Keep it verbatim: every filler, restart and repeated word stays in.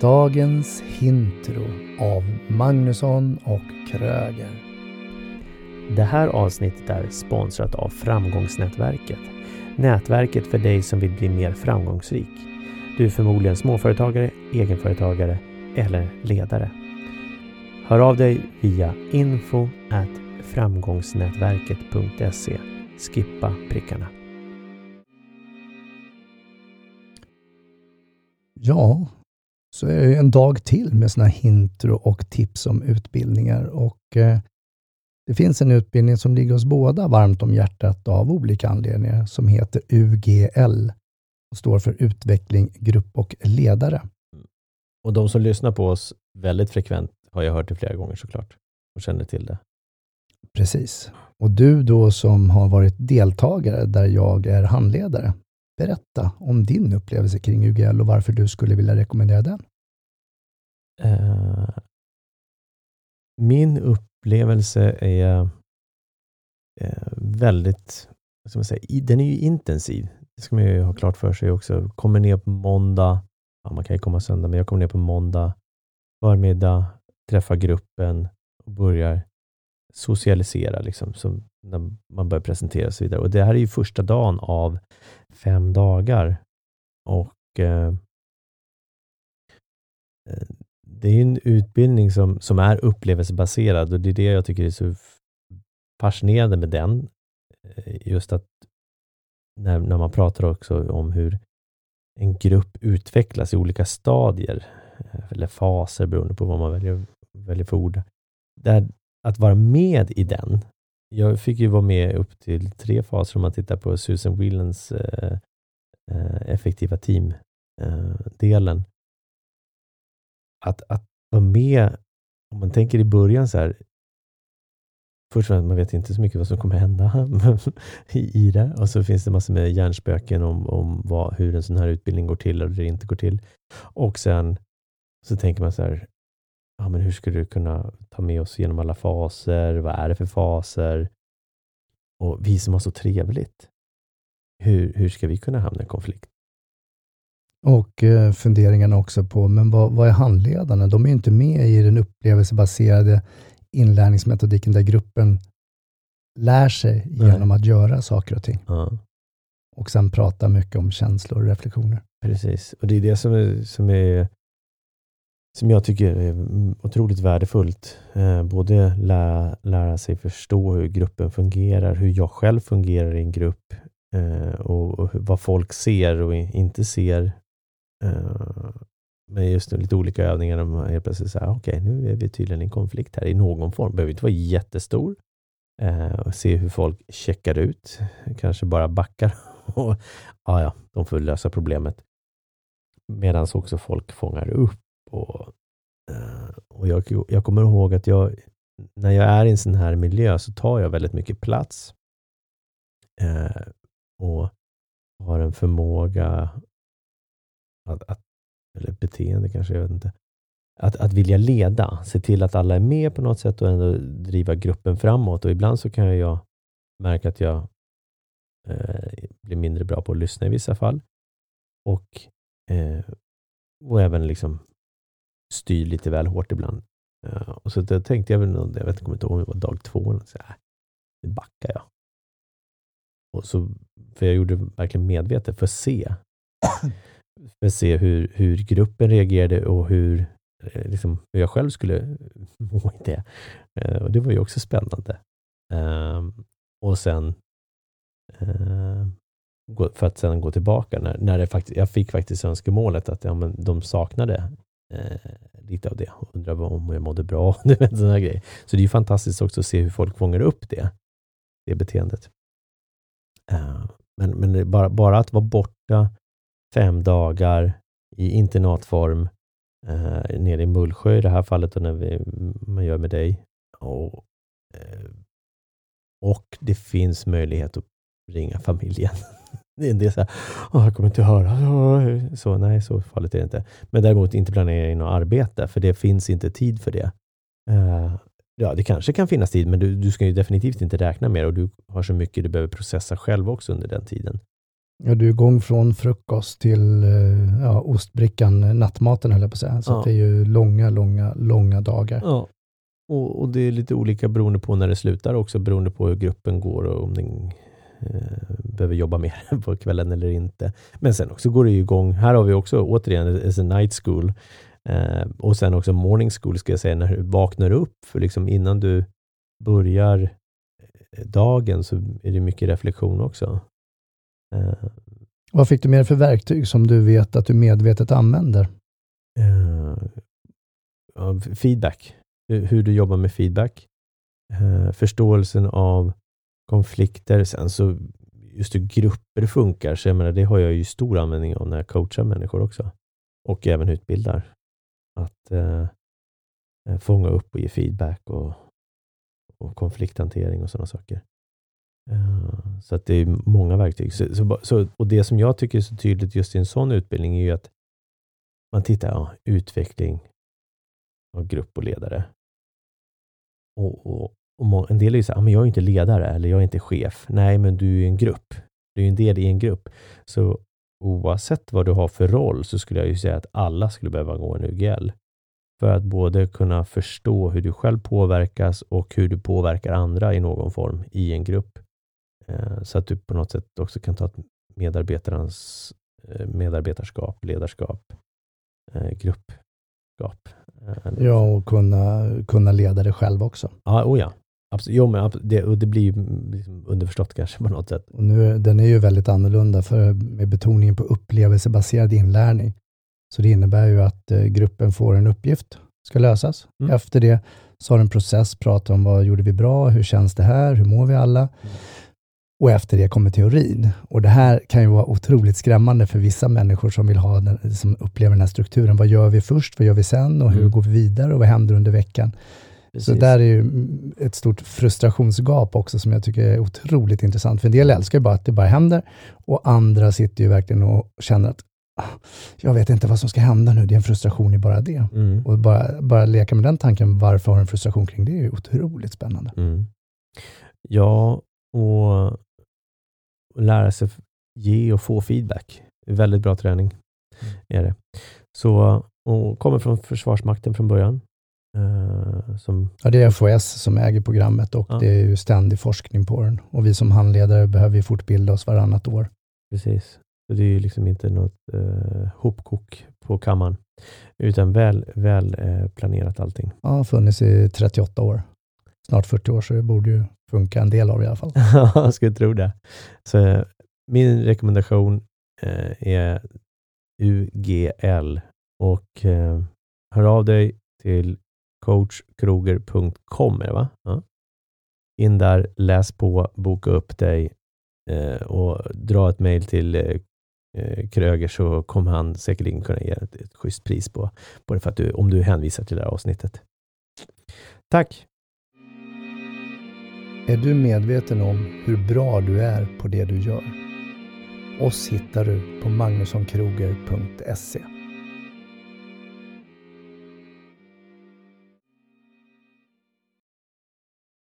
Dagens Hintro av Magnusson och Kröger. Det här avsnittet är sponsrat av Framgångsnätverket. Nätverket för dig som vill bli mer framgångsrik. Du är förmodligen småföretagare, egenföretagare eller ledare. Hör av dig via info at framgångsnätverket punkt se. Skippa prickarna. Ja, så är det en dag till med såna här intro och tips om utbildningar. Och eh, det finns en utbildning som ligger oss båda varmt om hjärtat av olika anledningar som heter U G L och står för utveckling, grupp och ledare. Och de som lyssnar på oss väldigt frekvent har jag hört det flera gånger såklart och känner till det. Precis. Och du då som har varit deltagare där jag är handledare, berätta om din upplevelse kring U G L och varför du skulle vilja rekommendera den. Uh, min upplevelse är uh, väldigt, vad ska man säga, den är ju intensiv. Det ska man ju ha klart för sig också. Kommer ner på måndag, ja, man kan ju komma söndag, men jag kommer ner på måndag förmiddag, träffar gruppen och börjar socialisera liksom, som när man börjar presentera och så vidare. Och det här är ju första dagen av fem dagar. Och eh, det är en utbildning som, som är upplevelsebaserad och det är det jag tycker är så fascinerande med den. Just att när, när man pratar också om hur en grupp utvecklas i olika stadier eller faser beroende på vad man väljer, väljer för ord. Där att vara med i den. Jag fick ju vara med upp till tre faser om man tittar på Susan Whelans eh, effektiva team-delen. Eh, att, att vara med, om man tänker i början så här, först och främst man vet inte så mycket vad som kommer hända i, i det. Och så finns det massor med hjärnspöken om, om vad, hur en sån här utbildning går till eller det inte går till. Och sen så tänker man så här, ja, men hur skulle du kunna ta med oss genom alla faser? Vad är det för faser? Och vi som har så trevligt. Hur, hur ska vi kunna hamna i konflikt? Och eh, funderingarna också på, men vad, vad är handledarna? De är ju inte med i den upplevelsebaserade inlärningsmetodiken där gruppen lär sig genom Nej. att göra saker och ting. Ja. Och sen prata mycket om känslor och reflektioner. Precis. Och det är det som är, som är som jag tycker är otroligt värdefullt. Eh, både lära, lära sig förstå hur gruppen fungerar, hur jag själv fungerar i en grupp eh, och, och vad folk ser och inte ser. Eh, men just nu lite olika övningar där man helt plötsligt säger okej, okay, nu är vi tydligen i en konflikt här i någon form. Behöver inte vara jättestor. Eh, och se hur folk checkar ut. Kanske bara backar. och ja, ja, de får lösa problemet. Medan också folk fångar upp. Och, och jag, jag kommer ihåg att jag, när jag är i en sån här miljö så tar jag väldigt mycket plats eh, och har en förmåga att, att, eller beteende kanske, jag vet inte, att, att vilja leda, se till att alla är med på något sätt och ändå driva gruppen framåt. Och ibland så kan jag märka att jag eh, blir mindre bra på att lyssna i vissa fall och, eh, och även liksom styr lite väl hårt ibland. Uh, och så då tänkte jag väl, jag vet inte om det var dag två, och så här, nu backar jag. Och så, för jag gjorde det verkligen medvetet för att se för att se hur, hur gruppen reagerade och hur, liksom, hur jag själv skulle må i det. Uh, och det var ju också spännande. Uh, och sen uh, för att sen gå tillbaka när, när det faktiskt, jag fick faktiskt önskemålet att ja, men de saknade Eh, lite av det och undrar om jag mådde bra. Du vet, såna grejer. Så det är ju fantastiskt också att se hur folk fångar upp det, det beteendet. Eh, men men bara, bara att vara borta fem dagar i internatform eh, nere i Mullsjö i det här fallet och när vi, man gör med dig och, eh, och det finns möjlighet att ringa familjen. Det är en del så här, åh, jag kommer inte höra. Så nej, så farligt är det inte. Men däremot inte planera in något arbete, för det finns inte tid för det. Uh, ja, det kanske kan finnas tid, men du, du ska ju definitivt inte räkna med det och du har så mycket du behöver processa själv också under den tiden. Ja, du är igång från frukost till ja, ostbrickan, nattmaten höll jag på att säga. Så Ja. att det är ju långa, långa, långa dagar. Ja. Och, och det är lite olika beroende på när det slutar också, beroende på hur gruppen går och om den eh, behöver jobba mer på kvällen eller inte. Men sen också går det ju igång. Här har vi också återigen ett night school. Eh, och sen också morning school ska jag säga, när du vaknar upp. För liksom innan du börjar dagen så är det mycket reflektion också. Eh, Vad fick du mer för verktyg som du vet att du medvetet använder? eh, ja, feedback. Hur, hur du jobbar med feedback. Eh, förståelsen av konflikter. Sen så just hur grupper funkar. Så jag menar, det har jag ju stor användning av när jag coachar människor också. Och även utbildar. Att eh, fånga upp och ge feedback och, och konflikthantering och sådana saker. Uh, så att det är många verktyg. Så, så, så, och det som jag tycker är så tydligt just i en sån utbildning är ju att man tittar ja, utveckling av grupp och ledare. Och, och, och må, en del är ju så här, ah, men jag är inte ledare eller jag är inte chef. Nej, men du är en grupp. Du är en del i en grupp. Så oavsett vad du har för roll så skulle jag ju säga att alla skulle behöva gå en U G L. För att både kunna förstå hur du själv påverkas och hur du påverkar andra i någon form i en grupp. Eh, så att du på något sätt också kan ta ett medarbetarens eh, medarbetarskap, ledarskap, eh, gruppskap. Eh, Ja, och kunna, kunna leda det själv också. Ja, oh ja. Absolut. Jo, men det, och det blir ju liksom underförstått kanske på något sätt. Och nu, den är ju väldigt annorlunda för, med betoningen på upplevelsebaserad inlärning. Så det innebär ju att eh, gruppen får en uppgift, ska lösas. Mm. Efter det så har en process, pratar om vad gjorde vi bra, hur känns det här, hur mår vi alla? Mm. Och efter det kommer teorin. Och det här kan ju vara otroligt skrämmande för vissa människor som vill ha den, som upplever den här strukturen. Vad gör vi först, vad gör vi sen och hur mm. går vi vidare och vad händer under veckan? Precis. Så där är ju ett stort frustrationsgap också som jag tycker är otroligt intressant. För en del älskar ju bara att det bara händer och andra sitter ju verkligen och känner att jag vet inte vad som ska hända nu, det är en frustration i bara det. Mm. Och bara, bara leka med den tanken, varför har en frustration kring det är ju otroligt spännande. Mm. Ja, och lära sig ge och få feedback. Väldigt bra träning mm. är det. Så, och kommer från Försvarsmakten från början. Uh, som... Ja, det är F O S som äger programmet och ja. Det är ju ständig forskning på den. Och vi som handledare behöver ju fortbilda oss varannat år. Precis. Så det är ju liksom inte något uh, hopkok på kammaren. Utan väl, väl uh, planerat allting. Ja, har funnits i trettioåtta år. Snart fyrtio år, så det borde ju funka en del av det i alla fall. Ja, jag skulle tro det. Så min rekommendation uh, är U G L. Och uh, hör av dig till coach kroger punkt com är det, va? Ja. In där, läs på, boka upp dig eh, och dra ett mejl till eh, Kröger, så kommer han säkerligen kunna ge ett, ett schysst pris på, på det, för att du, om du hänvisar till det här avsnittet. Tack! Är du medveten om hur bra du är på det du gör? Oss hittar du på magnusson kroger punkt se.